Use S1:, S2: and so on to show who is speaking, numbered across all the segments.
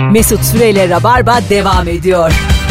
S1: Mesut Süreyle Rabarba devam ediyor.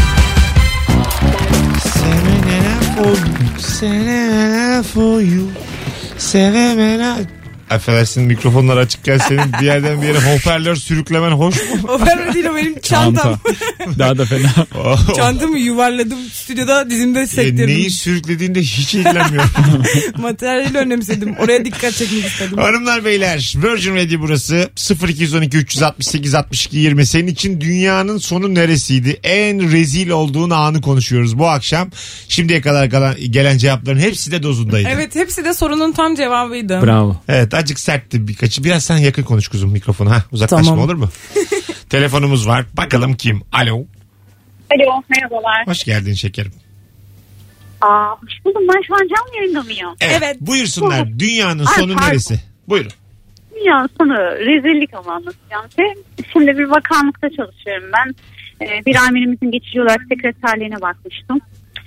S2: Affedersin, mikrofonlar açıkken senin bir yerden bir yere hoparlör sürüklemen hoş mu?
S3: Hoparlör değil, o benim çantam.
S4: Daha da fena.
S3: Çantamı yuvarladım stüdyoda, dizimde sektirdim.
S2: Neyi sürüklediğinde hiç ilgilenmiyorum.
S3: Materyali önemsedim. Oraya dikkat çekmek istedim.
S2: Hanımlar beyler, Virgin Radio burası. 0212 368 62 20. Senin için dünyanın sonu neresiydi? En rezil olduğun anı konuşuyoruz bu akşam. Şimdiye kadar gelen cevapların hepsi de dozundaydı.
S3: Evet, hepsi de sorunun tam cevabıydı.
S4: Bravo.
S2: Evet, acık sertti birkaçı. Biraz sen yakın konuş kuzum mikrofonu. Uzaklaşma,
S3: tamam.
S2: Olur mu? Telefonumuz var. Bakalım kim? Alo.
S5: Alo, merhabalar.
S2: Hoş geldin şekerim.
S5: Hoş buldum. Ben şu an canlı yayında mıyım?
S2: Evet. Buyursunlar. Dünyanın sonu neresi? Buyurun.
S5: Dünyanın sonu rezillik ama anlatacağım. Şimdi bir bakanlıkta çalışıyorum ben. Bir amirimizin geçici olarak sekreterliğine bakmıştım.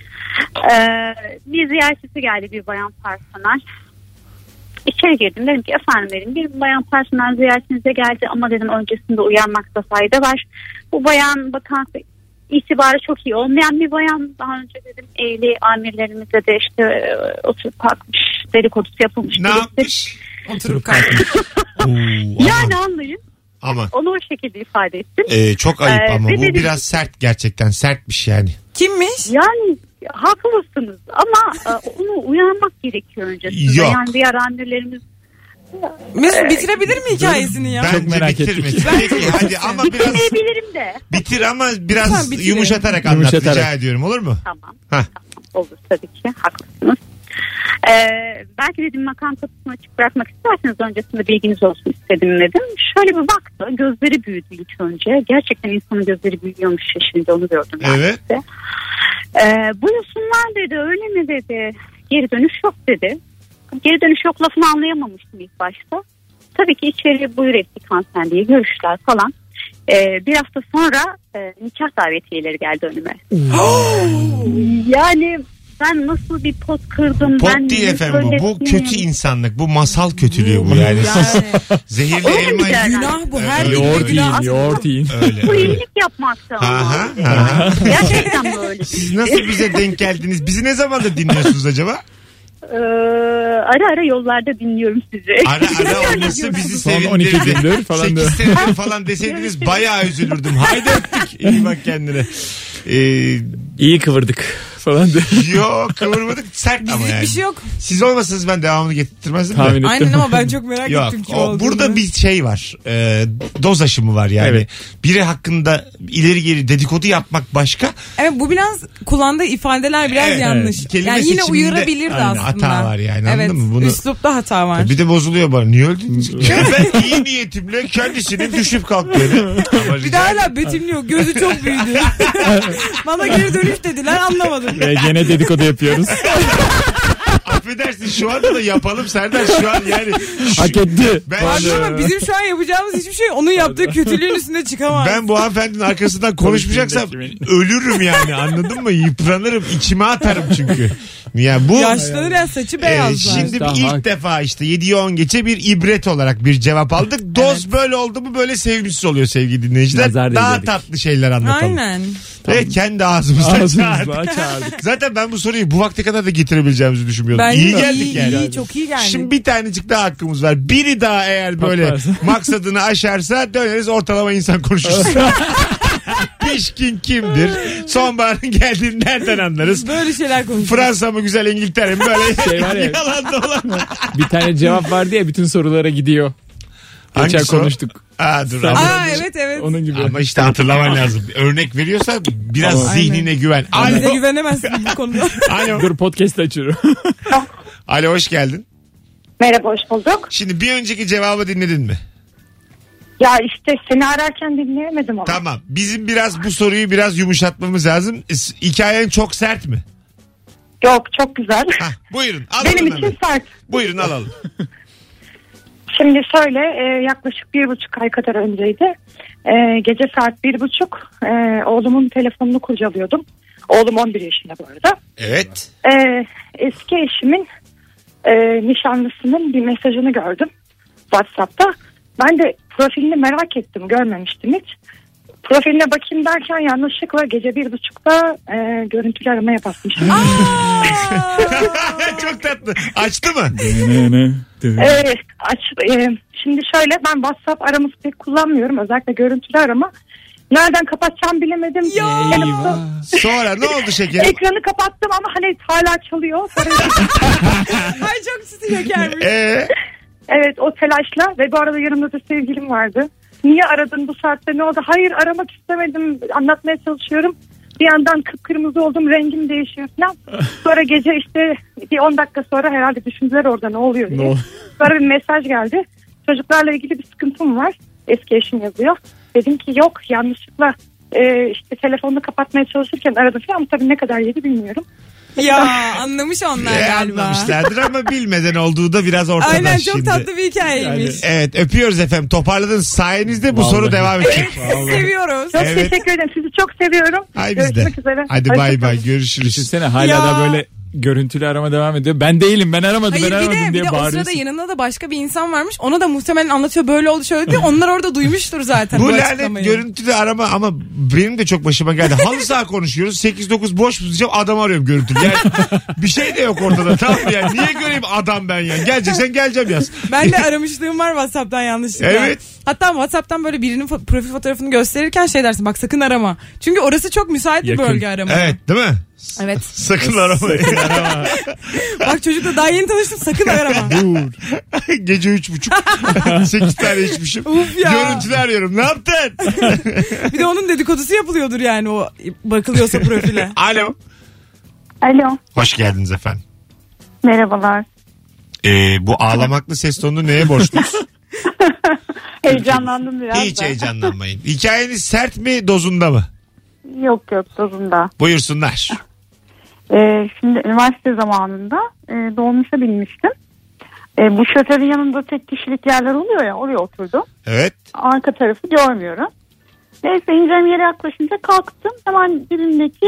S5: Bir ziyaretçisi geldi, bir bayan personel. İçeri girdim, dedim ki efendim dedim, bir bayan personel ziyaretinize geldi ama dedim öncesinde uyanmakta fayda var. Bu bayan bakanlık itibarı çok iyi olmayan bir bayan. Daha önce dedim evli amirlerimizle de işte oturup kalkmış, dedikodusu yapılmış.
S2: Ne yapmış?
S3: Oturup kalkmış.
S5: Yani anlayın.
S2: Ama.
S5: Onu o şekilde ifade ettim.
S2: Çok ayıp ama bu
S5: dedim,
S2: biraz sert, gerçekten sertmiş yani.
S3: Kimmiş?
S5: Yani haklısınız ama onu uyanmak gerekiyor öncesinde.
S2: Yok.
S5: Yani diğer amirlerimiz
S3: Mesut bitirebilir mi hikayesini ya?
S2: Bence
S4: merak ettik.
S2: bitirmesin. Peki hadi ama biraz
S5: bilebilirim de.
S2: bitir ama biraz
S3: Lütfen bitirin.
S2: yumuşatarak anlat, rica ediyorum, olur mu?
S5: Tamam.
S2: Hah.
S5: Tamam. Olur tabii ki. Haklısınız. Belki dedim makam kapısını açık bırakmak isterseniz öncesinde bilginiz olsun istedim dedim. Şöyle bir baktı. Gözleri büyüdü ilk önce. Gerçekten insanın gözleri büyüyormuş şimdi, onu gördüm.
S2: Evet.
S5: Buyursunlar dedi. Öyle mi dedi. Geri dönüş yok dedi. Geri dönüş yok lafını anlayamamıştım ilk başta. Tabii ki içeri buyur ettik hanımefendiye, görüşler falan. Bir hafta sonra nikah davetiyeleri geldi önüme. Yani ben nasıl bir pot kırdım.
S2: Pot
S5: ben
S2: değil efendim bu. Bu kötü insanlık. Bu masal kötülüğü bu yani. Zehirli elma.
S3: Günah bu. Her gün
S4: Yoğurt
S3: bir günah.
S4: yiyin, yoğurt yiyin.
S2: Öyle.
S5: bu iyilik yapmakta ama.
S2: Aha.
S5: Gerçekten böyle.
S2: Siz nasıl bize denk geldiniz? Bizi ne zamandır dinliyorsunuz acaba?
S5: Ara ara yollarda dinliyorum sizi.
S2: Ara olması bizi
S4: Son 12
S2: sevindirdi.
S4: gündür falan
S2: 8
S4: diyor.
S2: senedir falan deseydiniz bayağı üzülürdüm. Haydi öptük. İyi bak kendine.
S4: İyi kıvırdık falan diyor.
S2: Yok, kıvırmadık. Sert ama yani.
S3: Bir şey yok.
S2: Siz olmasanız ben devamını getirtmezdim de.
S4: Tahmin ettim.
S3: Aynen ama ben çok merak
S2: Yok,
S3: ettim kim olduğunu.
S2: burada bir şey var. Doz aşımı var yani.
S4: Evet.
S2: Biri hakkında ileri geri dedikodu yapmak başka.
S3: Evet, bu biraz kullandığı ifadeler biraz
S2: Evet,
S3: yanlış.
S2: kelime
S3: Yani yine
S2: seçiminde
S3: uyarabilirdi
S2: aynen,
S3: aslında.
S2: hata var yani,
S3: evet,
S2: anladın mı? Bunu...
S3: üslupta hata var.
S2: Bir de bozuluyor bana. Niye öldünüz? Ben iyi niyetimle kendisinin düşüp kalktığını.
S3: Bir de hala betimliyor. Gözü çok büyüdü. Bana geri dönüş dediler, anlamadım.
S4: Ve gene dedikodu yapıyoruz.
S2: Affedersin, şu anda da yapalım Serdar, şu an yani.
S4: Hak etti.
S3: Ama bizim şu an yapacağımız hiçbir şey onun yaptığı kötülüğün üstünde çıkamaz.
S2: Ben bu hanımefendinin arkasından konuşmayacaksam ölürüm yani, anladın mı? Yıpranırım, içime atarım çünkü. Yani bu
S3: yaşlanır ya, saçı beyazlar.
S2: Şimdi ilk defa işte 7'ye 10 geçe bir ibret olarak bir cevap aldık. Doz böyle oldu mu böyle sevimsiz oluyor sevgili dinleyiciler.
S4: Nazar
S2: Daha
S4: değdirdik.
S2: tatlı şeyler anlatalım.
S3: Aynen.
S2: Ve kendi ağzımızdan çağırdık.
S4: çağırdık.
S2: Zaten ben bu soruyu bu vakte kadar da getirebileceğimizi düşünmüyordum.
S3: Bence
S2: İyi geldik yani.
S3: iyi, çok iyi geldik.
S2: Şimdi bir tanecik daha hakkımız var. Biri daha eğer böyle
S4: Patlarsa.
S2: maksadını aşarsa döneriz ortalama insan konuşuruz. Pişkin kimdir? Sonbaharın geldiğini nereden anlarız?
S3: Böyle şeyler konuşuyoruz.
S2: Fransa mı güzel, İngiltere mi? Böyle
S4: Şey var ya.
S2: yalan dolan.
S4: Bir tane cevap vardı ya, bütün sorulara gidiyor. Geçen
S2: Hangisi o?
S4: konuştuk.
S2: Dur.
S3: Evet.
S4: Onun gibi.
S2: Ama işte hatırlaman lazım. Örnek veriyorsa biraz
S4: Tamam.
S2: zihnine güven.
S3: Bize
S2: Alo.
S3: güvenemezsin bu konuda.
S2: Alo.
S4: Dur, podcast açıyorum.
S2: Alo, hoş geldin.
S5: Merhaba, hoş bulduk.
S2: Şimdi bir önceki cevabı dinledin mi?
S5: Ya işte seni ararken dinleyemedim ama.
S2: Tamam. Bizim biraz bu soruyu biraz yumuşatmamız lazım. Hikayen çok sert mi?
S5: Yok, çok güzel.
S2: Hah, buyurun. Alalım
S5: Benim
S2: hemen.
S5: için sert.
S2: Buyurun alalım.
S5: Şimdi şöyle yaklaşık 1,5 ay kadar önceydi. Gece saat 1,5 oğlumun telefonunu kurcalıyordum. Oğlum 11 yaşında bu arada.
S2: Evet.
S5: Eski eşimin nişanlısının bir mesajını gördüm WhatsApp'ta. Ben de profilini merak ettim, görmemiştim hiç.
S6: Profiline bakayım derken yanlışlıkla gece 1.30'da görüntülü aramaya basmışım.
S2: Çok tatlı. Açtı mı?
S6: Evet açtı. Şimdi şöyle, ben WhatsApp araması pek kullanmıyorum. Özellikle görüntülü arama. Nereden kapatacağım bilemedim.
S2: Sonra ne oldu şekerim?
S6: Ekranı kapattım ama hani hala çalıyor.
S3: Ay çok sizi şekermiş.
S6: Evet, o telaşla ve bu arada yanımda da sevgilim vardı. Niye aradın bu saatte, ne oldu? Hayır, aramak istemedim, anlatmaya çalışıyorum. Bir yandan kıpkırmızı oldum, rengim değişiyor falan. Sonra gece işte bir 10 dakika sonra herhalde düşündüler orada ne oluyor diye. Sonra bir mesaj geldi. Çocuklarla ilgili bir sıkıntım var. Eski eşim yazıyor. Dedim ki yok, yanlışlıkla işte telefonunu kapatmaya çalışırken aradım falan. Ama tabii ne kadar yedi bilmiyorum.
S3: Ya anlamış onlar galiba.
S2: Anlamışlardır ama bilmeden olduğu da biraz ortada.
S3: Aynen, çok
S2: şimdi.
S3: tatlı bir hikayeymiş.
S2: Yani, evet, öpüyoruz efendim. Toparladınız. Sayenizde bu soru devam edecek.
S3: Seviyoruz.
S6: Çok teşekkür ederim. Sizi çok seviyorum.
S2: Ay biz de.
S6: Görüşmek üzere.
S2: Hadi bay bay, görüşürüz.
S4: Düşünsene hala da böyle görüntülü arama devam ediyor. Ben değilim, ben aramadım,
S3: Hayır,
S4: ben aramadım diye
S3: bir de o
S4: bağırıyorsun.
S3: sırada yanında da başka bir insan varmış. Ona da muhtemelen anlatıyor, böyle oldu şöyle diye. Onlar orada duymuştur zaten.
S2: Bu lanet görüntülü arama ama benim de çok başıma geldi. Halı saha konuşuyoruz. 8-9 boş tutacağım, adam arıyorum görüntülü. Yani bir şey de yok ortada, tamam mı? Yani niye göreyim adam ben yani? Geleceksen geleceğim yaz.
S3: Ben de aramışlığım var WhatsApp'tan yanlışlıkla.
S2: Evet.
S3: Hatta WhatsApp'tan böyle birinin profil fotoğrafını gösterirken şey dersin, bak sakın arama. Çünkü orası çok müsait bir bölge arama.
S2: Evet, değil mi?
S3: Evet.
S2: Sakın arama.
S3: Bak çocukla daha yeni tanıştım, sakın arama.
S2: Dur. Gece 3.30. 8 tane içmişim.
S3: Uf ya.
S2: Görüntülü arıyorum. Ne yaptın?
S3: Bir de onun dedikodusu yapılıyordur yani, o bakılıyorsa profile.
S2: Alo.
S6: Alo.
S2: Hoş geldiniz efendim.
S6: Merhabalar.
S2: Bu ağlamaklı ses tonunu neye borçluyuz?
S6: Heyecanlandım biraz.
S2: Hiç heyecanlanmayın. Hikayeniz sert mi, dozunda mı?
S6: Yok dozunda.
S2: Buyursunlar.
S6: Şimdi üniversite zamanında dolmuşa binmiştim. Bu şoförün yanında tek kişilik yerler oluyor ya, oraya oturdum.
S2: Evet.
S6: Arka tarafı görmüyorum. Neyse ineceğim yere yaklaşınca kalktım. Hemen dibimdeki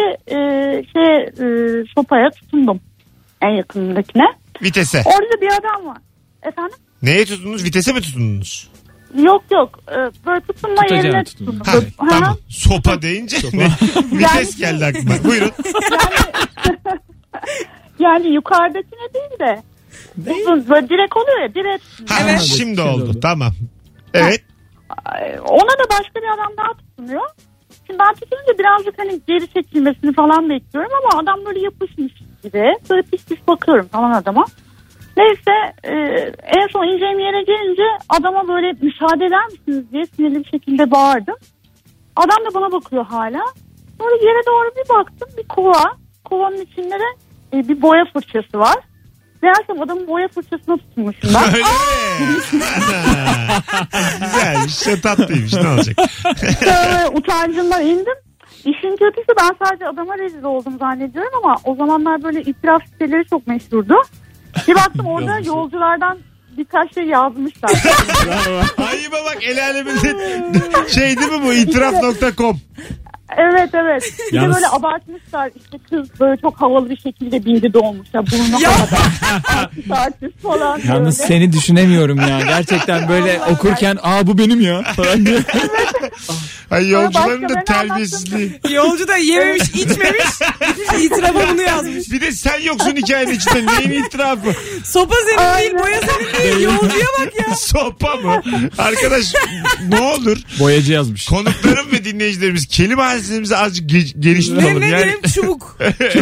S6: sopaya tutundum. En yakınındakine.
S2: Vitese.
S6: Orada bir adam var. Efendim?
S2: Neye tutundunuz? Vitese mi tutundunuz?
S6: Yok. Böyle tutunma yerine tutundum.
S2: Tamam. Sopa deyince vites geldi aklıma. Buyurun.
S6: Yani yukarıdakine değil de uzun, böyle direk oluyor ya, direk.
S2: Evet. Şimdi oldu. Tamam. Evet.
S6: Ona da başka bir adam daha tutunuyor. Şimdi ben tutununca birazcık hani geri çekilmesini falan bekliyorum ama adam böyle yapışmış gibi. Böyle pis bakıyorum falan adama. Neyse en son ineceğim yere gelince adama böyle müsaade eder misiniz diye sinirli bir şekilde bağırdım. Adam da bana bakıyor hala. Sonra yere doğru bir baktım, bir kova. Kovanın içinde de bir boya fırçası var. Meğersem adamın boya fırçasına tutmuşum ben.
S2: Öyle mi? Güzelmiş. Çok tatlıymış. Ne olacak?
S6: Utancımdan indim. İşin kötüsü ben sadece adama rezil oldum zannediyorum ama o zamanlar böyle itiraf siteleri çok meşhurdu. Bir baktım orada yolculardan birkaç şey yazmışlar.
S2: Ayıba bak, el aleminde şey değil mi bu, itiraf.com.
S6: Evet. Bir de böyle abartmışlar, işte kız böyle çok havalı bir şekilde bindi dolmuş ya, burnu havada. Artist falan.
S4: Yalnız
S6: böyle.
S4: seni düşünemiyorum ya. Gerçekten böyle okurken bu benim ya falan diye.
S2: Ay, yolcuların
S6: Başka
S2: da
S6: ben
S2: terbiyesizliği.
S3: Yolcu da yememiş içmemiş, itirafa bunu yazmış.
S2: Bir de sen yoksun hikayenin içinde. Neyin itirafı?
S3: Sopa senin değil, boya senin değil. Yolcuya bak ya.
S2: Sopa mı? Arkadaş ne olur
S4: Boyacı yazmış.
S2: konuklarım ve dinleyicilerimiz kelime hazinemizi azıcık geniş tutalım.
S3: Ne
S2: Yani
S3: diyeyim, çubuk.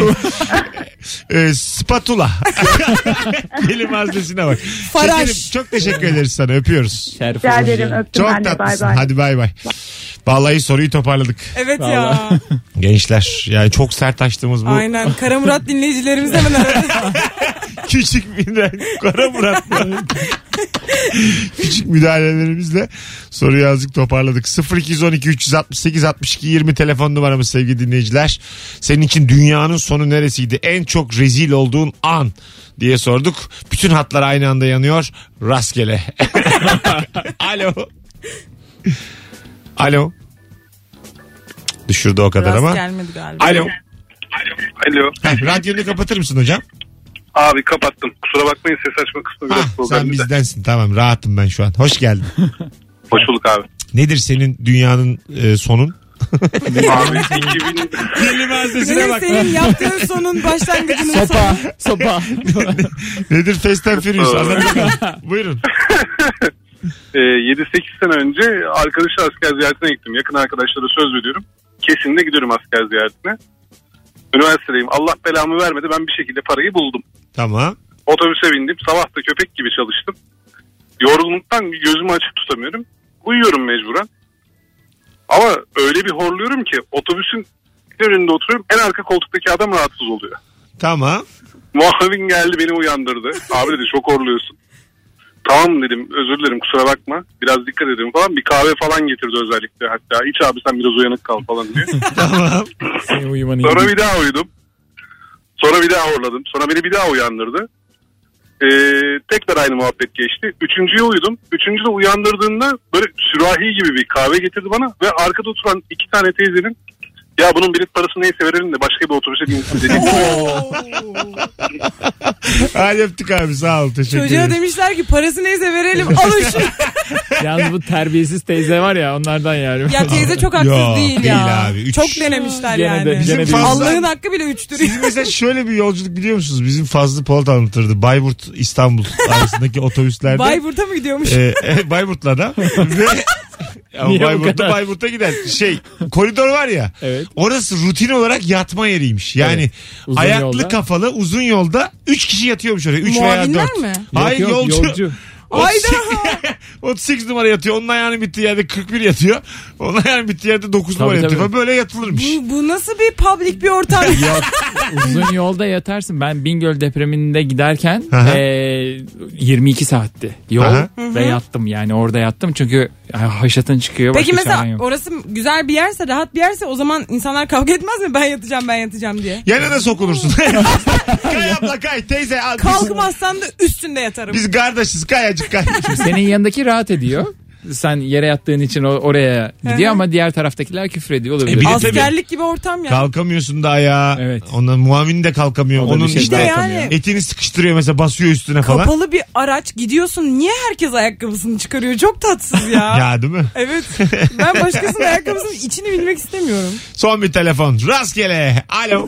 S2: spatula. Kelime hazinesine bak.
S3: Faraş.
S2: Şekerim, çok teşekkür ederiz sana, öpüyoruz.
S6: Rica ederim, öptüm
S2: Çok
S6: ben de, bay
S2: tatlısın.
S6: bay.
S2: Hadi bay bay. Vallahi soruyu toparladık.
S3: Evet ya.
S2: Gençler yani çok sert açtığımız bu.
S3: Aynen. Kara Murat dinleyicilerimiz hemen aradı.
S2: Küçük Kara Murat. Küçük müdahalelerimizle soruyu azıcık toparladık. 0212 368 62 20 telefon numaramız sevgili dinleyiciler. Senin için dünyanın sonu neresiydi? En çok rezil olduğun an diye sorduk. Bütün hatlar aynı anda yanıyor. Rastgele. Alo. Alo. Düşürdü o kadar
S3: Rast
S2: ama.
S3: gelmedi galiba.
S2: Alo.
S7: Alo.
S2: Radyonu kapatır mısın hocam?
S7: Abi kapattım. Kusura bakmayın, ses açma kısmı biraz
S2: Sen
S7: problemli de.
S2: bizdensin, tamam, rahatım ben şu an. Hoş geldin.
S7: Hoş bulduk abi.
S2: Nedir senin dünyanın sonun?
S7: Abi 2000
S2: Kelime hazdesine bak.
S3: Senin yaptığın sonun başlangıcının sonu.
S4: Sopa.
S2: Nedir Fast and Furious? Anlat bakalım. Buyurun.
S7: 7-8 sene önce arkadaşı asker ziyaretine gittim. Yakın arkadaşlara söz veriyorum. Kesinlikle gidiyorum asker ziyaretine. Üniversitedeyim. Allah belamı vermedi. Ben bir şekilde parayı buldum.
S2: Tamam.
S7: Otobüse bindim. Sabah da köpek gibi çalıştım. Yorgunluktan gözümü açık tutamıyorum. Uyuyorum mecburen. Ama öyle bir horluyorum ki otobüsün önünde oturuyorum. En arka koltuktaki adam rahatsız oluyor.
S2: Tamam.
S7: Muavin geldi beni uyandırdı. Abi dedi çok horluyorsun. Tamam dedim, özür dilerim, kusura bakma. Biraz dikkat edin falan. Bir kahve falan getirdi özellikle hatta. İç abi sen biraz uyanık kal falan diye.
S2: Tamam.
S4: Senin uyumanı
S7: Sonra bir daha uyudum. Sonra bir daha horladım. Sonra beni bir daha uyandırdı. Tekrar aynı muhabbet geçti. Üçüncüye uyudum. Üçüncü de uyandırdığında böyle sürahi gibi bir kahve getirdi bana. Ve arkada oturan 2 tane teyzenin ya bunun bilet parası neyse verelim de başka bir otobüse binsin dedi.
S2: Hadi öptük abi, sağ ol, teşekkür
S3: Çocuğa
S2: ederim.
S3: demişler ki parası neyse verelim alın şunu.
S4: Yalnız bu terbiyesiz teyze var ya, onlardan yani.
S3: Ya teyze çok haksız
S2: Yok,
S3: değil ya.
S2: değil abi.
S3: Çok denemişler
S4: Gene
S3: yani.
S4: de-
S2: Bizim
S4: gene de-
S2: fazla-
S3: Allah'ın hakkı bile 3'tür.
S2: Sizin mesela şöyle bir yolculuk biliyor musunuz? Bizim Fazlı Polat anlatırdı. Bayburt İstanbul arasındaki otobüslerde.
S3: Bayburt'a mı gidiyormuş?
S2: Bayburt'la da. Ve ama
S4: Niye bu
S2: Bayburt'ta
S4: kadar?
S2: Bayburt'a giden koridor var ya.
S4: Evet.
S2: Orası rutin olarak yatma yeriymiş. Yani
S4: Evet. Uzun
S2: ayaklı
S4: yolda.
S2: kafalı uzun yolda 3 kişi yatıyormuş oraya. 3 veya 4.
S3: Muavinler mi?
S2: Hayır,
S4: Yok, yolcu.
S3: Hayda.
S2: 38 numara yatıyor. Onun ayağının bittiği yerde 41 yatıyor. Onun ayağının bittiği yerde 9
S4: Tabii,
S2: numara yatıyor.
S4: tabii.
S2: Böyle yatılırmış.
S3: Bu nasıl bir public bir ortam?
S4: Yok, uzun yolda yatarsın. Ben Bingöl depreminde giderken
S2: Aha.
S4: 22 saatti yol
S2: Aha.
S4: ve yattım, yani orada yattım çünkü haşatın çıkıyor.
S3: Peki
S4: başka çaren
S3: mesela
S4: yok.
S3: orası güzel bir yerse, rahat bir yerse o zaman insanlar kavga etmez mi? Ben yatacağım diye.
S2: Yanına sokulursun. Kay abla kay. Teyze al.
S3: Kalkmazsan da üstünde yatarım.
S2: Biz kardeşiz. Kay acık kay.
S4: Senin yanındaki rahat ediyor. Sen yere yattığın için oraya gidiyor
S3: Hı hı.
S4: ama diğer taraftakiler küfür ediyor. Olabilir.
S2: bir de
S3: Askerlik gibi ortam ya.
S2: Kalkamıyorsun da ayağa.
S4: Evet.
S2: Ondan muavin de kalkamıyor.
S4: O da bir
S2: Onun
S4: şey
S2: işte
S3: yani.
S2: etini sıkıştırıyor mesela, basıyor üstüne falan.
S3: Kapalı bir araç gidiyorsun. Niye herkes ayakkabısını çıkarıyor? Çok tatsız ya.
S2: Ya değil mi?
S3: Evet. Ben başkasının ayakkabısının içini bilmek istemiyorum.
S2: Son bir telefon. Rastgele. Alo.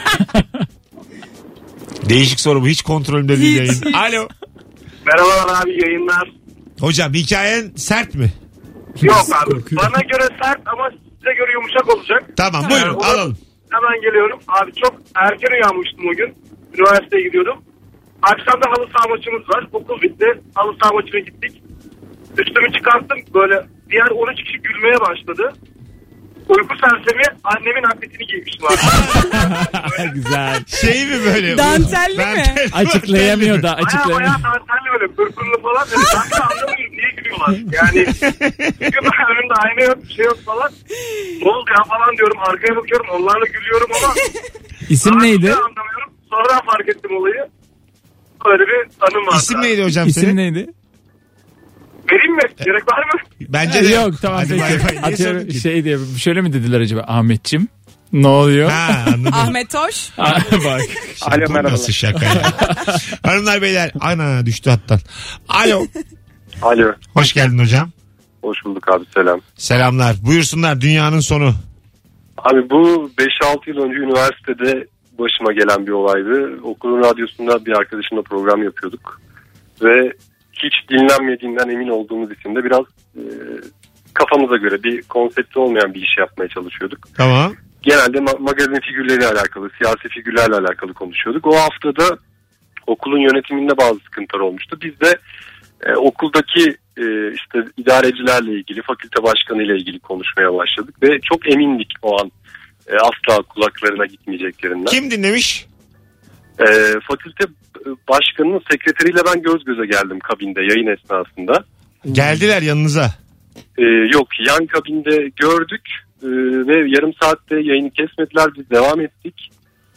S2: Değişik soru bu. Hiç kontrolümde değil
S3: Hiç.
S2: yayın. Alo.
S8: Merhabalar abi, yayınlar.
S2: Hocam hikayen sert mi?
S8: Yok abi, bana göre sert ama size göre yumuşak olacak.
S2: Tamam, buyurun alalım.
S8: Hemen geliyorum. Abi çok erken uyanmıştım o gün. Üniversiteye gidiyordum. Akşam da halı saha maçımız var. Okul bitti. Halı saha maçına gittik. Üstümü çıkarttım. Böyle diğer 13 kişi gülmeye başladı. Uyku sersemi annemin atletini giymiştim abi.
S4: Güzel.
S2: Şey mi böyle?
S3: Dantelli mi?
S4: Açıklayamıyor da
S8: Baya
S4: açıklayamıyor.
S8: baya dantelli böyle pırpırlı falan. Yani ben de anlamıyorum niye gülüyorlar. Yani çünkü ben önümde ayna yok, bir şey yok falan. Ne oldu ya falan diyorum. Arkaya bakıyorum, onlarla gülüyorum ama
S4: İsim
S8: daha
S4: neydi?
S8: hiçbir şey anlamıyorum. Sonra fark ettim olayı. Böyle bir anım var.
S2: İsim neydi hocam
S4: İsim
S2: senin?
S4: neydi?
S8: Vereyim mi? Gerek var mı?
S2: Bence de
S4: Yok tamam
S2: Hadi
S4: peki.
S2: bay bay. Niye
S4: Atıyorum
S2: sordun ki?
S4: şey diye, şöyle mi dediler acaba, Ahmetçim? Ne oluyor?
S2: Ha, anladım.
S3: Ahmet Toş.
S4: Bak.
S2: Alo, bu nasıl şaka ya? Hanımlar beyler, ana düştü hattan. Alo.
S9: Alo.
S2: Hoş geldin hocam.
S9: Hoş bulduk abi, selam.
S2: Selamlar. Buyursunlar, dünyanın sonu.
S9: Abi bu 5-6 yıl önce üniversitede başıma gelen bir olaydı. Okulun radyosunda bir arkadaşımla program yapıyorduk. Ve hiç dinlenmediğinden emin olduğumuz için de biraz kafamıza göre bir konsepti olmayan bir iş yapmaya çalışıyorduk.
S2: Tamam.
S9: Genelde magazin figürleriyle alakalı, siyasi figürlerle alakalı konuşuyorduk. O haftada okulun yönetiminde bazı sıkıntılar olmuştu. Biz de okuldaki işte idarecilerle ilgili, fakülte başkanı ile ilgili konuşmaya başladık. Ve çok emindik o an asla kulaklarına gitmeyeceklerinden.
S2: Kim dinlemiş?
S9: Fakülte başkanının sekreteriyle ben göz göze geldim kabinde yayın esnasında.
S2: Geldiler yanınıza.
S9: Yok, yan kabinde gördük ve yarım saatte yayını kesmediler, biz devam ettik.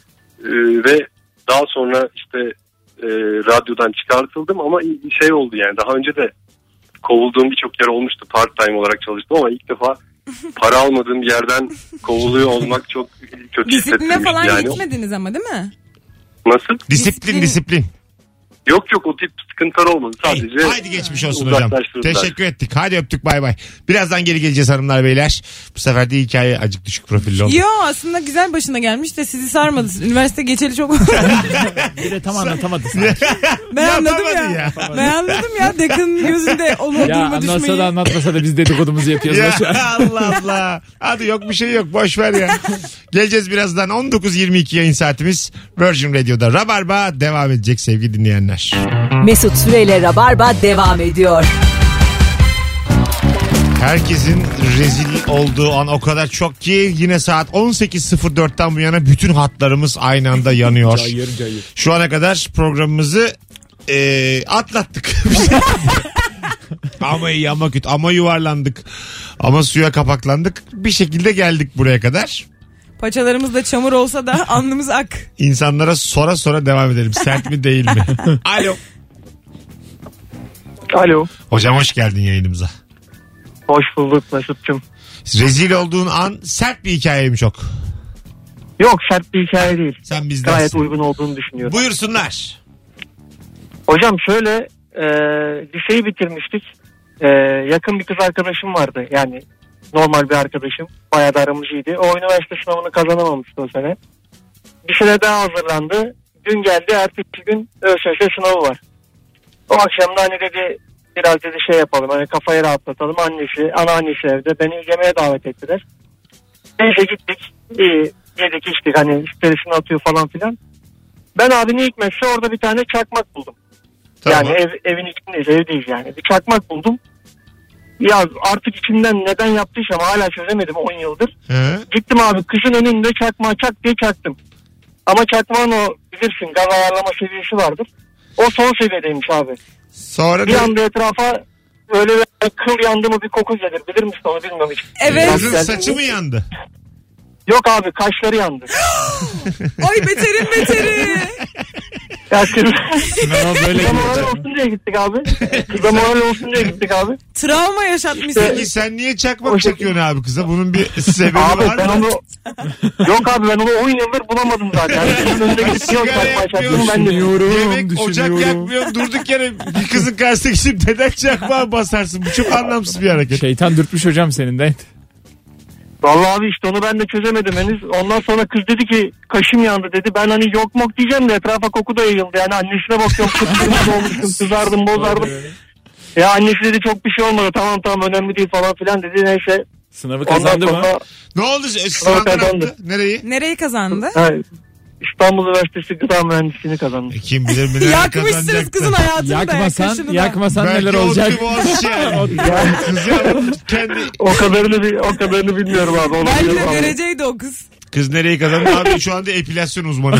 S9: Ve daha sonra işte radyodan çıkartıldım ama şey oldu, yani daha önce de kovulduğum birçok yer olmuştu, part time olarak çalıştım ama ilk defa para almadığım bir yerden kovuluyor olmak çok kötü
S3: Disipline
S9: hissettirmişti
S3: falan
S9: yani.
S3: gitmediniz ama değil mi?
S9: Nasıl?
S2: Disiplin.
S9: Yok o tip sıkıntıları olmadı. Sadece
S2: Haydi geçmiş olsun hocam.
S9: uzaklaştırdılar.
S2: Teşekkür ettik. Hadi öptük, bay bay. Birazdan geri geleceğiz hanımlar beyler. Bu sefer de hikaye acık düşük profilli oldu.
S3: Yo aslında güzel başına gelmiş de sizi sarmadı. Üniversite geçeli çok.
S4: Bir de tam anlatamadı.
S3: Ben anladım
S2: Yapamadın
S3: ya. Ben anladım ya. Dekanın gözünde o
S4: Ya
S3: duruma
S4: anlatsa
S3: düşmeyi.
S4: da anlatmasa da biz dedikodumuzu yapıyoruz.
S2: Ya
S4: Boş ver.
S2: Allah Allah. Hadi yok bir şey yok. Boş ver ya. Geleceğiz birazdan. 19.22 yayın saatimiz. Virgin Radio'da Rabarba devam edecek sevgili dinleyenler.
S1: Mesut Süreyle Rabarba devam ediyor.
S2: Herkesin rezil olduğu an o kadar çok ki yine saat 18.04'ten bu yana bütün hatlarımız aynı anda yanıyor.
S4: Cayır.
S2: Şu ana kadar programımızı atlattık. Ama iyi ama kötü ama yuvarlandık. Ama suya kapaklandık. Bir şekilde geldik buraya kadar.
S3: Paçalarımızda çamur olsa da alnımız ak.
S2: İnsanlara sonra devam edelim. Sert mi değil mi? Alo.
S10: Alo.
S2: Hocam hoş geldin yayınımıza.
S10: Hoş bulduk Mesut'cum.
S2: Rezil olduğun an sert bir hikaye mi çok?
S10: Yok sert bir hikaye değil.
S2: Sen bizdensin.
S10: Gayet uygun olduğunu düşünüyorum.
S2: Buyursunlar.
S10: Hocam şöyle liseyi bitirmiştik. Yakın bir kız arkadaşım vardı. Yani normal bir arkadaşım. Bayağı da aramızıydı. O üniversite sınavını kazanamamıştı o sene. Bir sene daha hazırlandı. Dün geldi, ertesi gün ÖSS sınavı var. O akşam da hani dedi biraz dedi şey yapalım. Hani kafayı rahatlatalım. Anneannesi evde. Beni yemeğe davet ettiler. Neyse gittik. Yedik içtik hani stresini atıyor falan filan. Ben abi ne hikmetse orada bir tane çakmak buldum.
S2: Tamam.
S10: Yani evin içindeyiz, evdeyiz yani. Bir çakmak buldum. Ya artık içinden neden yaptıysam hala çözemedim 10 yıldır.
S2: He?
S10: Gittim abi kızın önünde çakmağı çak diye çaktım. Ama çakmağın o bilirsin gaz ayarlama seviyesi vardır. O son seviyedeymiş abi.
S2: Sonra
S10: Bir
S2: da
S10: anda etrafa öyle bir kıl yandı mı bir koku gelir. Bilir misin onu bilmiyorum hiç.
S3: Evet.
S2: kızın saçı mı yandı?
S10: Yok abi kaşları yandı.
S3: Ay beteri.
S10: Ya kız...
S4: Sınava böyle
S10: Kıza moral olsun diye gittik abi. Kıza moral olsun diye gittik abi.
S3: Travma yaşatmışsın.
S2: Peki sen niye çakmak
S10: O
S2: çakıyorsun abi kıza? Bunun bir sebebi
S10: Abi
S2: var
S10: ben
S2: mı?
S10: onu... Yok abi ben onu 10 yıldır bulamadım zaten. Kızın önünde gittik yok
S2: Sigara
S10: çakmağı çaktım
S2: yakmıyorsun.
S10: ben de.
S2: Yemek ocak yakmıyorsun. Durduk yere bir kızın karşısına gidip neden çakmağa basarsın? Bu çok anlamsız bir hareket.
S4: Şeytan dürtmüş hocam senin de.
S10: Vallahi abi işte onu ben de çözemedim henüz. Ondan sonra kız dedi ki kaşım yandı dedi. Ben hani yok mok diyeceğim de etrafa koku da yayıldı. Yani annesine bakıyorum kıpkırmızı olmuştum kızardım bozardım. Ya annesi dedi çok bir şey olmadı tamam önemli değil falan filan dedi neyse.
S4: Sınavı kazandı mı?
S2: Ne oldu? Sınavdan
S10: kazandı.
S2: attı. Nereyi?
S3: Nereyi kazandı?
S10: İstanbul Üniversitesi Gıda Mühendisliğini kazandı.
S2: Kim bilir neler
S3: Yakmışsınız
S2: kazanacaktı.
S3: kızın hayatını da. kaşını da.
S4: Yakmasan
S2: Belki
S4: neler olacak?
S2: Boğaziçi yani. Kız ya kendi...
S10: O kadarını bilmiyorum abi. Onu
S3: Belki de
S10: biliyorum abi.
S3: dereceydi o kız.
S2: Kız nereyi kazandı? Abi şu anda epilasyon uzmanı.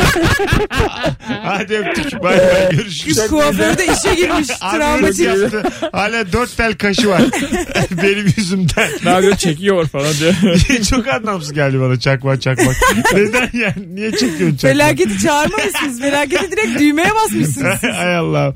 S2: Hadi öptük. Bay bay görüşürüz.
S3: Kız kuaförde işe girmiş. Travma
S2: Abi
S3: çekti.
S2: yaptı. Hala 4 tel kaşı var. Benim yüzümden.
S4: Ne yapıyor çekiyor falan diyor.
S2: Çok anlamsız geldi bana çakmak. Neden yani? Niye çekiyorsun çakmak?
S3: Felaketi çağırmamışsınız. Felaketi direkt düğmeye basmışsınız.
S2: Ay Allah'ım.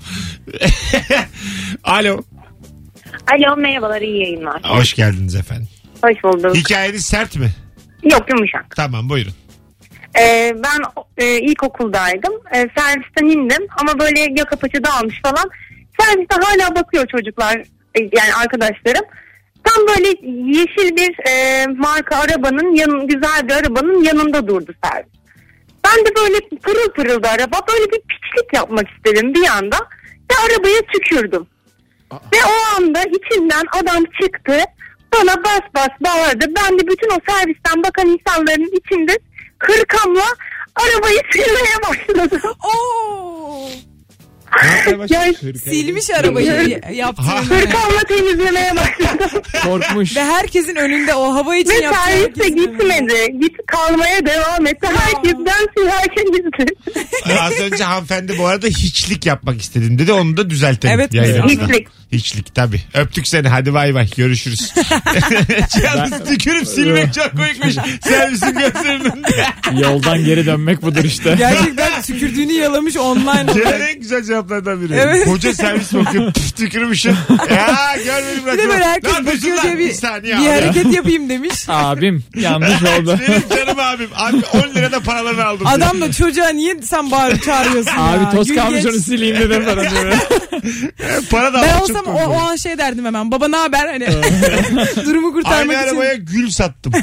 S2: Alo.
S11: Alo merhabalar iyi yayınlar.
S2: Hoş geldiniz efendim.
S11: Hoş bulduk.
S2: Hikayeniz sert mi?
S11: Yok yumuşak.
S2: Tamam buyurun.
S11: Ben ilkokuldaydım. Servisten indim ama böyle yaka paça dağılmış falan. Serviste hala bakıyor çocuklar yani arkadaşlarım. Tam böyle yeşil bir marka arabanın güzel bir arabanın yanında durdu servis. Ben de böyle pırıl pırıldı araba. Böyle bir piçlik yapmak istedim bir anda. Ve arabaya tükürdüm. Ve o anda içinden adam çıktı. Bana bas bağırdı. Ben de bütün o servisten bakan insanların içinde hırkamla arabayı silmeye başladım.
S3: Oo.
S11: Yani
S3: Silmiş arabayı yaptığını.
S11: hırkamla temizlemeye başladım.
S4: Korkmuş.
S3: Ve herkesin önünde o hava için
S11: Ve
S3: yaptı.
S11: servise gitmedi. Kalmaya devam etti. Herkes ben silerken gitti.
S2: Az önce hanımefendi bu arada hiçlik yapmak istedim dedi. Onu da düzeltelim
S3: Evet,
S2: yayınımızda.
S11: Hiçlik.
S2: Hiçlik tabii. Öptük seni. Hadi bay bay. Görüşürüz. Yalnız tükürüp silmek çok koymuş. Servisin gözlerinin önünde.
S4: Yoldan geri dönmek budur işte.
S3: Gerçekten tükürdüğünü yalamış online
S2: Gelen
S3: olarak.
S2: en güzel cevaplardan biri.
S3: Evet.
S2: Koca servis bakıyor. Püf tükürmüşüm. Ya görmedim.
S3: Bir de böyle herkes bakıyor diye bir hareket yapayım demiş.
S4: Abim yanlış oldu.
S2: Benim canım abim. Abi 10 lirada paralarını aldım.
S3: Adam da çocuğa niye sen bağırıp çağırıyorsun ya?
S4: Abi toz
S3: Gül
S4: kalmış
S3: geç.
S4: onu sileyim dedim falan diyor.
S2: Para da
S3: Ben
S2: çok
S3: olsam
S2: komik.
S3: o an şey derdim hemen. Baba ne haber? Hani durumu kurtarmak
S2: Aynı
S3: için.
S2: arabaya gül sattım.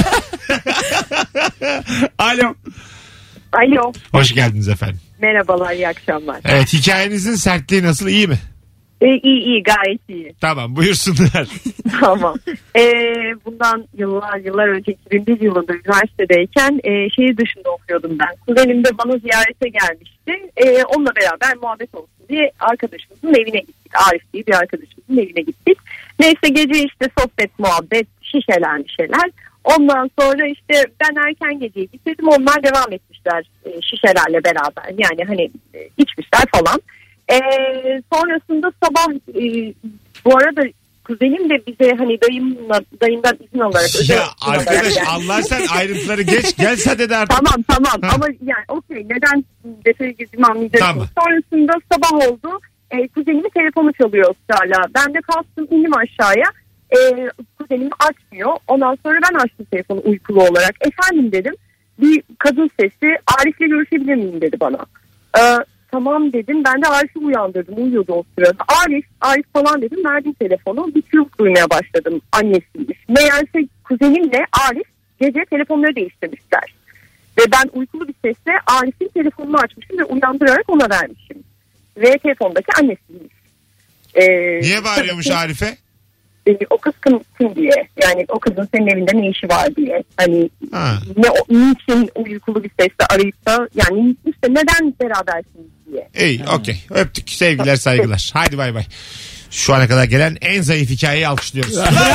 S2: Alo.
S12: Alo.
S2: Hoş geldiniz efendim.
S12: Merhabalar, iyi akşamlar.
S2: Evet, hikayenizin sertliği nasıl, iyi mi?
S12: İyi gayet iyi.
S2: Tamam, buyursunlar.
S12: Tamam. Bundan yıllar önce 2001 yılında üniversitedeyken şehir dışında okuyordum ben. Kuzenim de bana ziyarete gelmişti. Onunla beraber muhabbet olsun diye arkadaşımızın evine gittik. Arif diye bir arkadaşımızın evine gittik. Neyse gece işte sohbet, muhabbet, şişeler. Ondan sonra işte ben erken geceye gittim. Onlar devam etmişler şişelerle beraber. Yani hani içmişler falan. Sonrasında sabah bu arada kuzenim de bize hani dayımdan izin alarak.
S2: Ya arkadaş yani. Allah sen ayrıntıları geç. Gel sen dedi artık.
S12: Tamam ama yani okey, neden detaya girdiğimi anlayacaksınız.
S2: Tamam.
S12: Sonrasında sabah oldu. Kuzenimin telefonu çalıyor ısrarla. Ben de kalktım, indim aşağıya. Kuzenim açmıyor. Ondan sonra ben açtım telefonu uykulu olarak. Efendim dedim. Bir kadın sesi, Arif'le görüşebilir miyim dedi bana. Tamam dedim. Ben de Arif'i uyandırdım. Uyuyordu o sırada. Arif falan dedim. Verdim telefonu. Bir çığlık duymaya başladım. Annesiymiş. Meğerse kuzenimle Arif gece telefonları değiştirmişler. Ve ben uykulu bir sesle Arif'in telefonunu açmışım ve uyandırarak ona vermişim. Ve telefondaki annesiymiş.
S2: Niye bağırıyormuş Arif'e?
S12: O kız kim diye. Yani o kızın senin evinde ne işi var diye. Hani niçin uykulu bir sesle arayıp da yani işte neden berabersiniz diye.
S2: İyi, okey. Öptük. Sevgiler, saygılar. Haydi bay bay. Şu ana kadar gelen en zayıf hikayeyi alkışlıyoruz.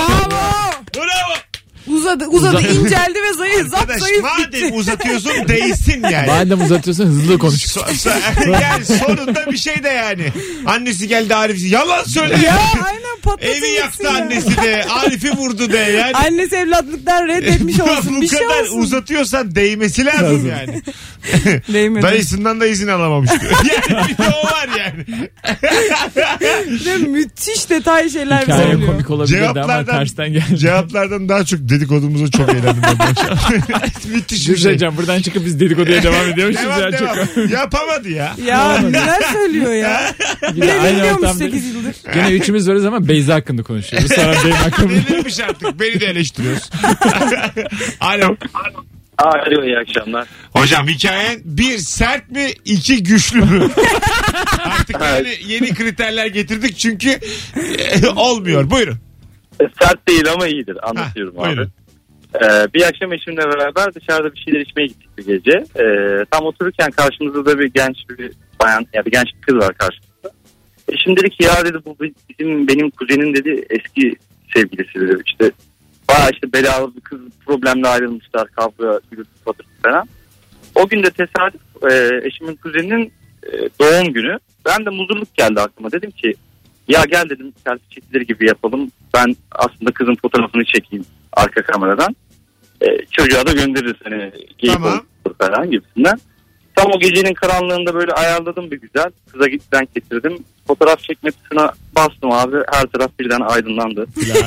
S2: Bravo.
S3: Uzadı inceldi ve zayıf
S2: madem
S3: bitti.
S2: uzatıyorsun değilsin yani.
S4: Madem uzatıyorsun hızlı konuş.
S2: Yani sonunda bir şey de yani. Annesi geldi Arif yalan söyle.
S3: Ya aynen patlatın.
S2: Evi yaktı annesi de. Arif'i vurdu de yani.
S3: Annesi evlatlıktan reddetmiş olsun.
S2: Bu
S3: bir şey
S2: kadar
S3: olsun.
S2: uzatıyorsan değmesi lazım yani. Dayısından da izin alamamış. Yani bir de o var yani.
S3: Ve müthiş detay şeyler
S4: Hikaye
S3: söylüyor.
S4: komik olabilirdi ama tersten geldi.
S2: Cevaplardan daha çok dedikodumuza çok eğlendim ben bu akşam. Müthiş bir şey.
S4: Buradan çıkıp biz dedikoduya devam ediyormuşuz.
S2: Devam. Yapamadı ya.
S3: Ya neler söylüyor ya. Bile bilmiyormuş 8 yıldır.
S4: Gene üçümüz varız ama Beyza hakkında konuşuyoruz. Sonra benim hakkımda.
S2: Delirmiş artık. Beni de eleştiriyoruz. Alo.
S13: Alo, iyi akşamlar.
S2: Hocam hikayen bir sert mi, iki güçlü mü? Artık yani yeni kriterler getirdik çünkü olmuyor. Buyurun.
S13: Sert değil ama iyidir. Anlatıyorum abi. Bir akşam eşimle beraber dışarıda bir şeyler içmeye gittik bir gece. Tam otururken karşımızda da bir genç bir bayan, ya bir genç bir kız var karşımızda. Eşim dedi ki ya dedi bu benim kuzenin dedi eski sevgilisi dedi. İşte bayağı işte belalı bir kız, problemle ayrılmışlar, kavga, gürültü, patırtı falan. O gün de tesadüf eşimin kuzeninin doğum günü. Ben de muzurluk geldi aklıma. Dedim ki ya gel dedim selfie çekilir gibi yapalım. Ben aslında kızın fotoğrafını çekeyim arka kameradan. Çocuğa da göndeririz hani geyik olur falan gibisinden. Tam o gecenin karanlığında böyle ayarladım bir güzel. Kıza denk getirdim. Fotoğraf çekme tuşuna bastım abi. Her taraf birden aydınlandı.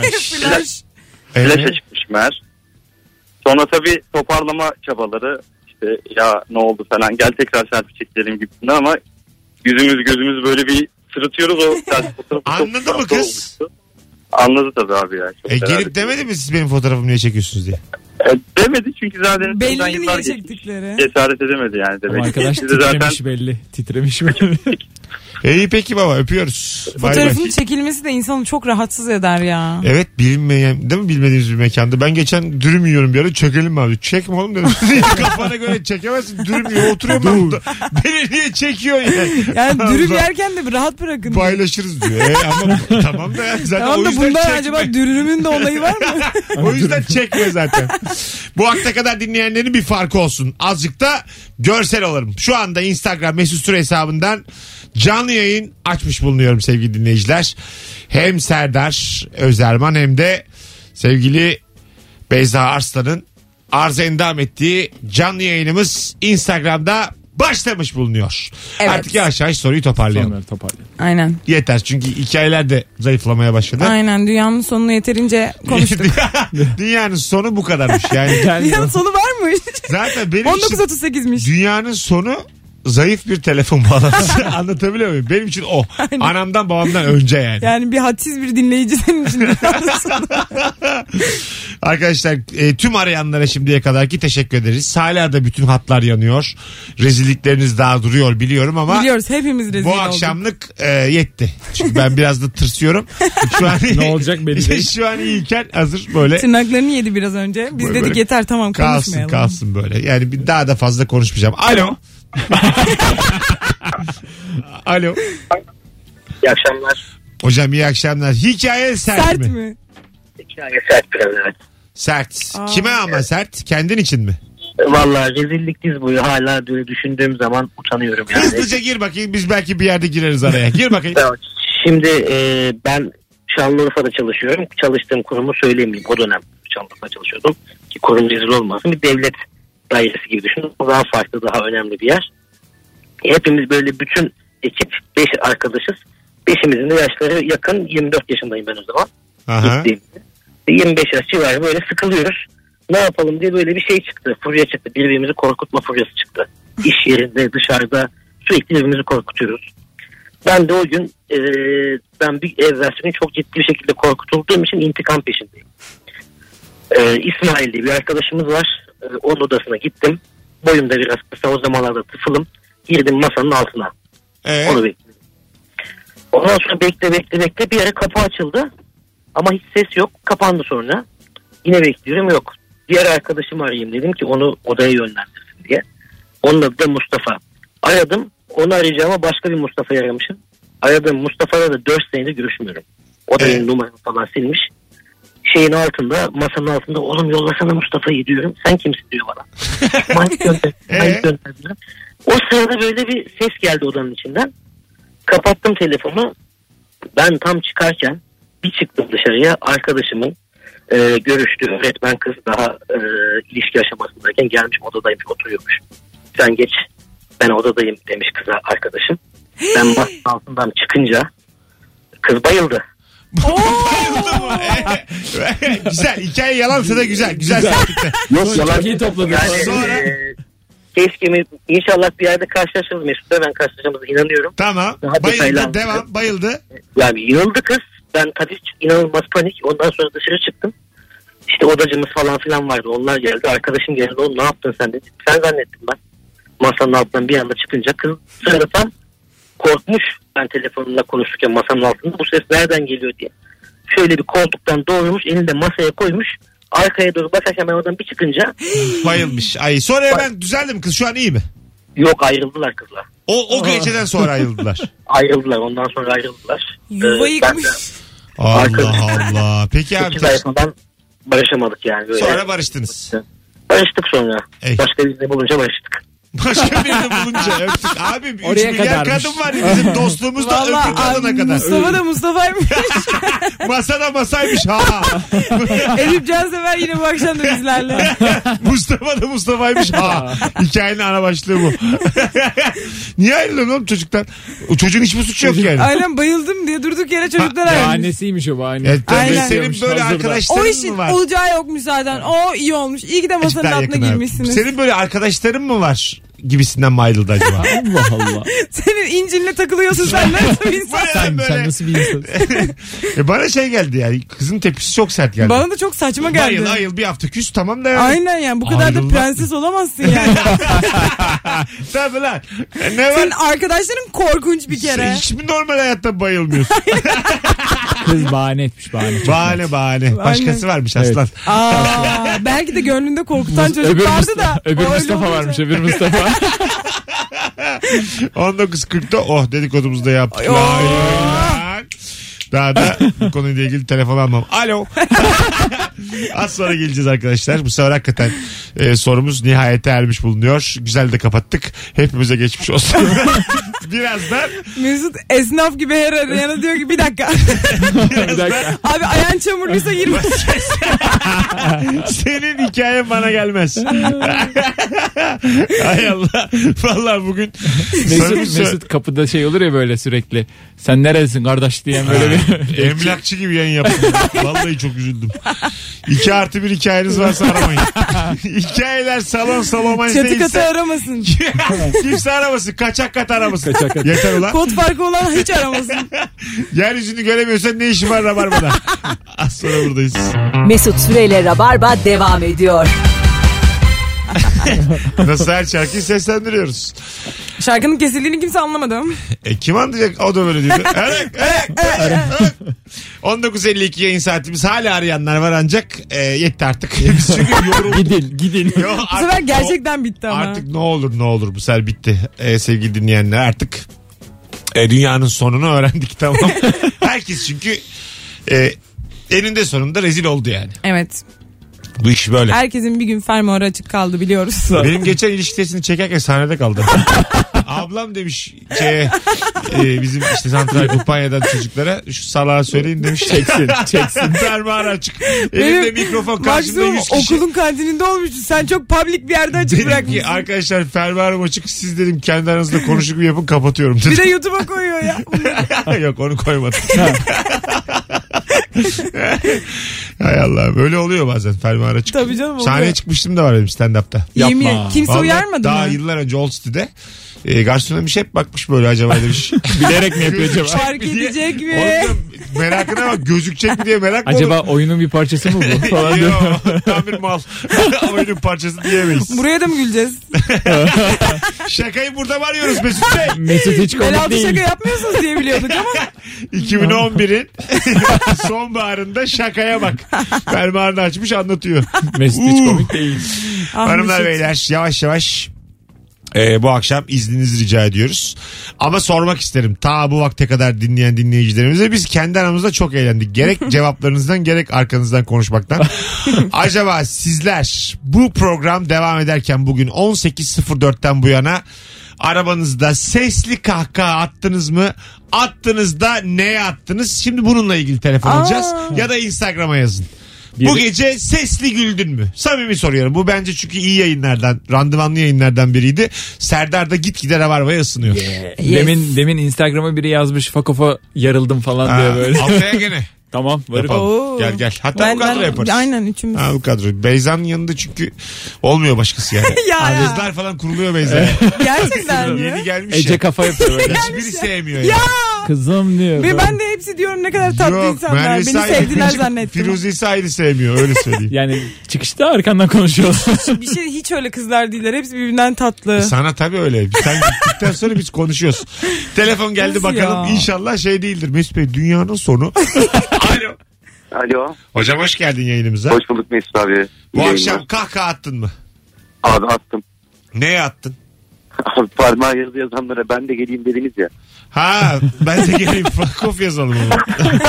S13: Flaşa çıkmış meğer. Sonra tabii toparlama çabaları. İşte ya ne oldu falan. Gel tekrar selfie çekelim gibisinden ama yüzümüz gözümüz böyle bir sırıtıyoruz o selfie fotoğrafı.
S2: Anladı mı kız?
S13: Olmuştu. Anladı tabii abi ya.
S2: Gelip demedi mi siz benim fotoğrafımı niye çekiyorsunuz diye?
S13: Demedi çünkü zaten
S3: belli niye çektikleri.
S13: Cesaret edemedi yani demek.
S4: Ama arkadaş titremiş belli. Titremiş belli.
S2: İyi peki baba, öpüyoruz.
S3: Fotoğrafın çekilmesi de insanı çok rahatsız eder ya.
S2: Evet, bilinmeyen değil mi, bilmediğimiz bir mekanda. Ben geçen dürüm yiyorum bir ara, çekelim mi abi? Çekme oğlum dedim. Kafana göre çekemezsin, dürüm yiyor oturuyorum ben burada. Beni niye çekiyor yani?
S3: Yani dürüm yerken de bir rahat bırakın.
S2: Paylaşırız diyor. Ama tamam da yani zaten
S3: tamam
S2: o
S3: da
S2: yüzden
S3: bunda
S2: çekme.
S3: acaba dürümün de olayı var mı?
S2: O yüzden çekme zaten. Bu vakte kadar dinleyenlerin bir farkı olsun. Azıcık da görsel olalım. Şu anda Instagram Mesut Süre hesabından canlı yayın açmış bulunuyorum sevgili dinleyiciler. Hem Serdar Özerman hem de sevgili Beyza Arslan'ın arz endam ettiği canlı yayınımız Instagram'da başlamış bulunuyor.
S3: Evet.
S2: Artık yavaş yavaş soruyu toparlayalım.
S3: Aynen.
S2: Yeter çünkü hikayeler de zayıflamaya başladı.
S3: Aynen, dünyanın sonunu yeterince konuştuk.
S2: Dünyanın sonu bu kadarmış yani.
S3: Dünyanın sonu varmış.
S2: Zaten benim
S3: 1938'miş.
S2: Dünyanın sonu zayıf bir telefon bağlantısı. Anlatabiliyor muyum? Benim için o.
S3: Aynen.
S2: Anamdan babamdan önce yani.
S3: Yani bir hadsiz bir dinleyici senin için.
S2: Arkadaşlar tüm arayanlara şimdiye kadarki teşekkür ederiz. Hala da bütün hatlar yanıyor. Rezillikleriniz daha duruyor biliyorum ama.
S3: Biliyoruz, hepimiz rezil olduk.
S2: Bu akşamlık yetti. Çünkü ben biraz da tırsıyorum. Şu an
S4: ne olacak belli değil.
S2: Şu an iyiyken hazır böyle.
S3: Tırnaklarını yedi biraz önce. Biz
S2: böyle
S3: dedik yeter tamam konuşmayalım.
S2: Kalsın böyle. Yani daha da fazla konuşmayacağım. Alo. Alo.
S14: İyi akşamlar.
S2: Hocam iyi akşamlar. Hikaye sert mi?
S14: Hikaye sert biraz, evet.
S2: Sert. Kime ama sert? Kendin için mi?
S14: Vallahi rezillik diz boyu, hala böyle düşündüğüm zaman utanıyorum yani.
S2: Hızlıca gir bakayım, biz belki bir yerde gireriz araya. Gir bakayım.
S14: Şimdi ben Şanlıurfa'da çalışıyorum. Çalıştığım kurumu söylemeyeyim. O dönem Şanlıurfa'da çalışıyordum. Ki kurum rezil olmasın. Bir devlet dairesi gibi düşünün. Daha farklı, daha önemli bir yer. Hepimiz böyle bütün ekip 5 arkadaşız. 5'imizin de yaşları yakın. 24 yaşındayım ben o zaman.
S2: Aha.
S14: 25 yaş civarı böyle sıkılıyoruz. Ne yapalım diye böyle bir şey çıktı. Furya çıktı. Birbirimizi korkutma furyası çıktı. İş yerinde, dışarıda sürekli birbirimizi korkutuyoruz. Ben de o gün ben bir evvelsi çok ciddi bir şekilde korkutulduğum için intikam peşindeyim. İsmail diye bir arkadaşımız var. Onun odasına gittim. Boyum da biraz kısa, o zamanlarda tıfılım. Girdim masanın altına. Onu bekledim. Ondan sonra bekle bir ara kapı açıldı. Ama hiç ses yok. Kapandı sonra. Yine bekliyorum, yok. Diğer arkadaşımı arayayım dedim ki onu odaya yönlendirsin diye. Onun adı da Mustafa. Aradım. Onu arayacağıma başka bir Mustafa'yı aramışım. Aradığım Mustafa'yla da 4 senedir görüşmüyorum. O da benim numaramı falan silmiş. Şeyin altında, masanın altında, oğlum yollasana Mustafa'yı diyorum. Sen kimsin diyor bana. Manyak gönderdiler. O sırada böyle bir ses geldi odanın içinden. Kapattım telefonu. Ben tam çıkarken bir çıktım dışarıya. Arkadaşımın görüştüğü öğretmen kız daha ilişki aşamasındayken gelmiş, odadaymış, oturuyormuş. Sen geç, ben odadayım demiş kıza arkadaşım. Ben masanın altından çıkınca kız bayıldı.
S2: Bayıldı mı? Güzel. Hikaye yalansa da güzel.
S14: Yok yalan.
S4: Çok iyi topladı.
S14: Yani,
S2: sonra...
S14: keşke inşallah bir yerde karşılaşırız Mesut'la, ben karşılaşacağımıza inanıyorum.
S2: Tamam. Bayıldı. Devam. Bayıldı.
S14: Yani yığıldı kız. Ben tabii inanılmaz panik. Ondan sonra dışarı çıktım. İşte odacımız falan filan vardı. Onlar geldi. Arkadaşım geldi. Oğlum ne yaptın sen dedi. Sen zannettim ben. Masanın altından bir anda çıkınca kız sırada tam korkmuş. Ben telefonumla konuşurken masanın altında bu ses nereden geliyor diye. Şöyle bir koltuktan doğrulmuş. Elini de masaya koymuş. Arkaya doğru bakarken ben oradan bir çıkınca
S2: bayılmış. Ay sonra hemen düzeldi mi kız? Şu an iyi mi?
S14: Yok, ayrıldılar kızla.
S2: O geceden sonra ayrıldılar.
S14: Ayrıldılar. Ondan sonra ayrıldılar.
S3: Yuva yıkmış.
S2: Allah. Peki abi.
S14: 8 ay falan barışamadık yani. Böyle.
S2: Sonra barıştınız.
S14: Barıştık sonra. Başka birini bulunca barıştık.
S2: Başka birini bulunca öptük. Abi 3 milyar kadın var ya bizim dostluğumuzda öpük alana kadar.
S3: Mustafa da Mustafa'ymış.
S2: Masada masaymış ha.
S3: Elif Cansever yine bu akşam da bizlerle.
S2: Mustafa da Mustafa'ymış ha. Hikayenin ana başlığı bu. Niye ayrılıyorsun oğlum çocuktan? O çocuğun hiçbir suçu yok yani.
S3: Aynen, bayıldım diye durduk yere çocuklar ayrılmış.
S4: Bahanesiymiş o bahane.
S2: Aynen. Senin böyle arkadaşların
S3: o işin
S2: mı var?
S3: olacağı yokmuş zaten. O iyi olmuş. İyi ki de masanın altına girmişsiniz.
S2: Senin böyle arkadaşların mı var? Gibisinden mi ayrıldı acaba?
S4: Allah.
S3: Senin İncil'le takılıyorsun sen nasıl bir insan?
S4: Sen nasıl bir insansın?
S2: Bana şey geldi yani, kızın tepkisi çok sert geldi.
S3: Bana da çok saçma geldi.
S2: Ayıl bir hafta küs tamam da yani.
S3: Aynen yani, bu kadar da prenses olamazsın yani.
S2: Tabii lan. Ne var?
S3: Senin arkadaşların korkunç bir kere.
S2: Hiç mi normal hayatta bayılmıyorsun?
S4: Kız bahane etmiş.
S2: Bahane. Başkası varmış aslan.
S3: Belki de gönlünde korkutan çocuk vardı da.
S4: Öbür Mustafa varmış, öbür Mustafa.
S2: 19.40'da dedikodumuzu da yaptık. Daha da bu konuyla ilgili telefon almam. Alo. Az sonra geleceğiz arkadaşlar. Bu sefer hakikaten sorumuz nihayete ermiş bulunuyor. Güzel de kapattık. Hepimize geçmiş olsun. Birazdan
S3: Mesut esnaf gibi her arayana diyor ki bir dakika. Abi ayağın çamurluysa girme.
S2: senin hikayen bana gelmez. Hay Allah. Vallahi bugün
S4: Mesut kapıda şey olur ya böyle sürekli. Sen neredesin kardeş diyen böyle bir.
S2: Emlakçı gibi yayın yaptım. Vallahi çok üzüldüm. 2+1 hikayeniz varsa aramayın. Hikayeler salon salomay
S3: Çatı
S2: değilse.
S3: katı aramasın.
S2: Kimse aramasın. Kaçak kat aramasın. Yeter ulan.
S3: Kod farkı olan hiç aramasın.
S2: Yeryüzünü göremiyorsan ne işin var Rabarba'da? Az sonra buradayız.
S1: Mesut Süreyle Rabarba devam ediyor.
S2: Nasıl her şarkıyı seslendiriyoruz.
S3: Şarkının kesildiğini kimse anlamadı.
S2: Kim anlayacak? O da böyle diyordu. 19.52 yayın saatimiz. Hala arayanlar var ancak yetti artık. Biz çünkü yorulduk.
S4: Gidin.
S2: Yo,
S3: Bu sefer gerçekten bitti ama.
S2: Artık ne olur bu sefer bitti. Sevgili dinleyenler artık dünyanın sonunu öğrendik tamam. Herkes çünkü eninde sonunda rezil oldu yani.
S3: Evet.
S2: Bu iş böyle.
S3: Herkesin bir gün fermuarı açık kaldı biliyoruz.
S2: Benim geçen ilişki testini çekerken sahnede kaldı. Ablam demiş bizim işte Santral Kumpanya'dan çocuklara şu salağa söyleyin demiş. Çeksin. Fermuarı açık. Elimde mikrofon karşımda 100 kişi.
S3: Okulun kantininde olmuştu. Sen çok public bir yerde açık bırakmışsın.
S2: Dedim ki arkadaşlar fermuarım açık. Siz dedim kendi aranızda konuşup yapın kapatıyorum dedim.
S3: Bir de YouTube'a koyuyor ya.
S2: Yok onu koymadım. Hay Allah böyle oluyor bazen fermuar açık.
S3: Tabii canım oluyor.
S2: Sahneye çıkmıştım da var benim stand-up'ta.
S3: Yapma. Kimse
S2: vallahi
S3: uyarmadı
S2: daha
S3: mı?
S2: yıllar önce Old City'de garsona bir şey hep bakmış böyle acaba demiş.
S4: Bilerek mi yapıyor acaba?
S3: Fark edecek mi?
S2: Oğlum, merakına bak gözükecek mi diye merak mı
S4: Acaba
S2: olur?
S4: oyunun bir parçası mı bu? Falan diyor.
S2: Yok tam bir mal. Oyunun parçası diyemeyiz.
S3: Buraya da mı güleceğiz?
S2: Şakayı burada mı arıyoruz Mesut Bey?
S4: Mesut hiç komik
S3: Belaltı
S4: değil.
S3: şaka yapmıyorsunuz diye biliyorduk ama.
S2: 2011'in sonbaharında şakaya bak. Fermuarını açmış anlatıyor.
S4: Mesut hiç komik değil.
S2: Hanımlar beyler yavaş yavaş bu akşam izninizi rica ediyoruz. Ama sormak isterim. Ta bu vakte kadar dinleyen dinleyicilerimize biz kendi aramızda çok eğlendik. Gerek cevaplarınızdan gerek arkanızdan konuşmaktan. Acaba sizler bu program devam ederken bugün 18.04'ten bu yana arabanızda sesli kahkaha attınız mı? Attınız da neye attınız? Şimdi bununla ilgili telefon alacağız. Ya da Instagram'a yazın. Bu gece sesli güldün mü? Samimi soruyorum. Bu bence çünkü iyi yayınlardan, randımanlı yayınlardan biriydi. Serdar da gitgide Rabarba'ya ısınıyor.
S4: Yeah. Demin Instagram'a biri yazmış fakofa yarıldım falan diye böyle.
S2: Haftaya gene.
S4: Tamam varım.
S2: Gel. Hatta bu kadro yaparız.
S3: Aynen üçümüz.
S2: Bu kadro. Beyza'nın yanında çünkü olmuyor başkası yani. Kızlar falan kuruluyor Beyza'ya.
S3: Gerçekten mi?
S2: Yeni gelmiş
S4: Ece
S2: ya.
S4: kafa yapıyor böyle.
S2: Hiçbiri sevmiyor ya.
S4: Kızım diyor.
S3: Ve ben de hepsi diyorum ne kadar tatlı
S2: Yok,
S3: insanlar.
S2: Merve
S3: Beni
S2: Said-
S3: sevdiler zannettim.
S2: Firuze ayrı sevmiyor öyle söyleyeyim.
S4: Yani çıkışta arkandan konuşuyorlar.
S3: Bir şey hiç öyle kızlar değiller. Hepsi birbirinden tatlı.
S2: Sana tabii öyle. Sen gittikten sonra biz konuşuyoruz. Telefon geldi
S3: Nasıl
S2: bakalım.
S3: ya?
S2: İnşallah şey değildir. Mesut Bey dünyanın sonu. Alo.
S15: Alo.
S2: Hocam hoş geldin yayınımıza.
S15: Hoş bulduk Mesut abi.
S2: Bu akşam kahkaha attın mı?
S15: Abi attım.
S2: Neye attın?
S15: Abi parmağı yazı yazanlara ben de geleyim dediniz ya.
S2: Ha ben de geleyim fakof yazalım onu.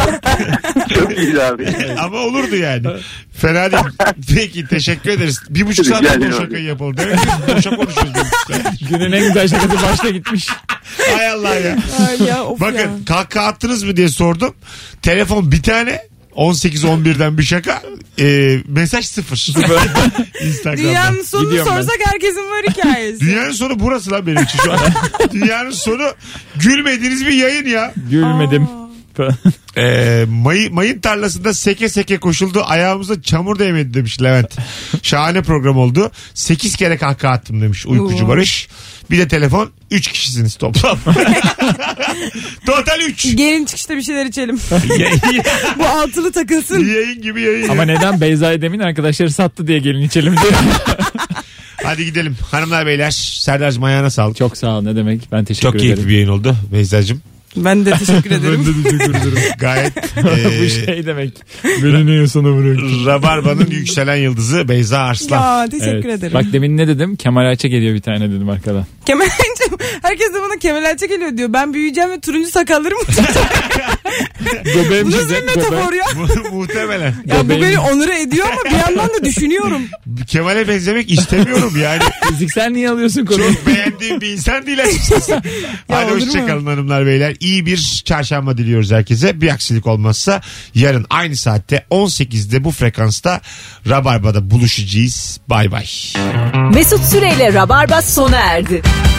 S15: Çok iyiydi abi.
S2: Ama olurdu yani. Fena değil. Peki teşekkür ederiz. 1,5 saat bu şakayı yapalım. Demek ki boşa konuşuyoruz.
S4: Günün en güzel şakası başta gitmiş.
S2: Hay Allah ya.
S3: Ay ya, of
S2: Bakın
S3: ya.
S2: kahkaha attınız mı diye sordum. Telefon bir tane 18-11'den bir şaka. Mesaj 0. Instagram'da.
S3: Dünyanın sonunu
S4: Gidiyorum ben.
S3: sorsak herkesin var hikayesi.
S2: Dünyanın sonu burası lan benim için şu an. Dünyanın sonu gülmediğiniz bir yayın ya.
S4: Gülmedim.
S2: Mayın tarlasında seke seke koşuldu. Ayağımıza çamur değmedi demiş Levent. Şahane program oldu. 8 kere kahkaha attım demiş uykucu Barış. Bir de telefon 3 kişisiniz toplam. Total 3.
S3: Gelin çıkışta bir şeyler içelim. Bu altılı takılsın.
S2: Yayın gibi yayın.
S4: Ama neden Beyza'yı demin arkadaşları sattı diye gelin içelim diye.
S2: Hadi gidelim. Hanımlar beyler Serdar'cığım ayağına sağlık.
S4: Çok sağ ol ne demek ben teşekkür ederim.
S2: Çok keyifli bir yayın oldu Beyza'cığım.
S3: Ben de teşekkür ederim.
S2: Gayet
S4: Bu şey demek. Beni niye sana bıraktın?
S2: Rabarba'nın yükselen yıldızı Beyza Arslan.
S3: Ya teşekkür ederim.
S4: Bak demin ne dedim? Kemal Ayça geliyor bir tane dedim arkadan.
S3: Kemal Ayça, herkes de bana Kemal Ayça geliyor diyor. Ben büyüyeceğim ve turuncu sakallarım uçacak.
S4: Göbeğim
S3: Bu nasıl
S4: çizecek,
S3: bir metafor ya?
S2: Muhtemelen.
S3: Ya bu beni onur ediyor ama bir yandan da düşünüyorum.
S2: Kemal'e benzemek istemiyorum yani.
S4: Fiziksel niye alıyorsun konuyu?
S2: Çok beğendiğim bir insan değil açıkçası. Hadi
S3: olur mu?
S2: hoşçakalın hanımlar beyler. İyi bir çarşamba diliyoruz herkese. Bir aksilik olmazsa yarın aynı saatte 18'de bu frekansta Rabarba'da buluşacağız. Bay bay.
S1: Mesut Süreyle Rabarba sona erdi.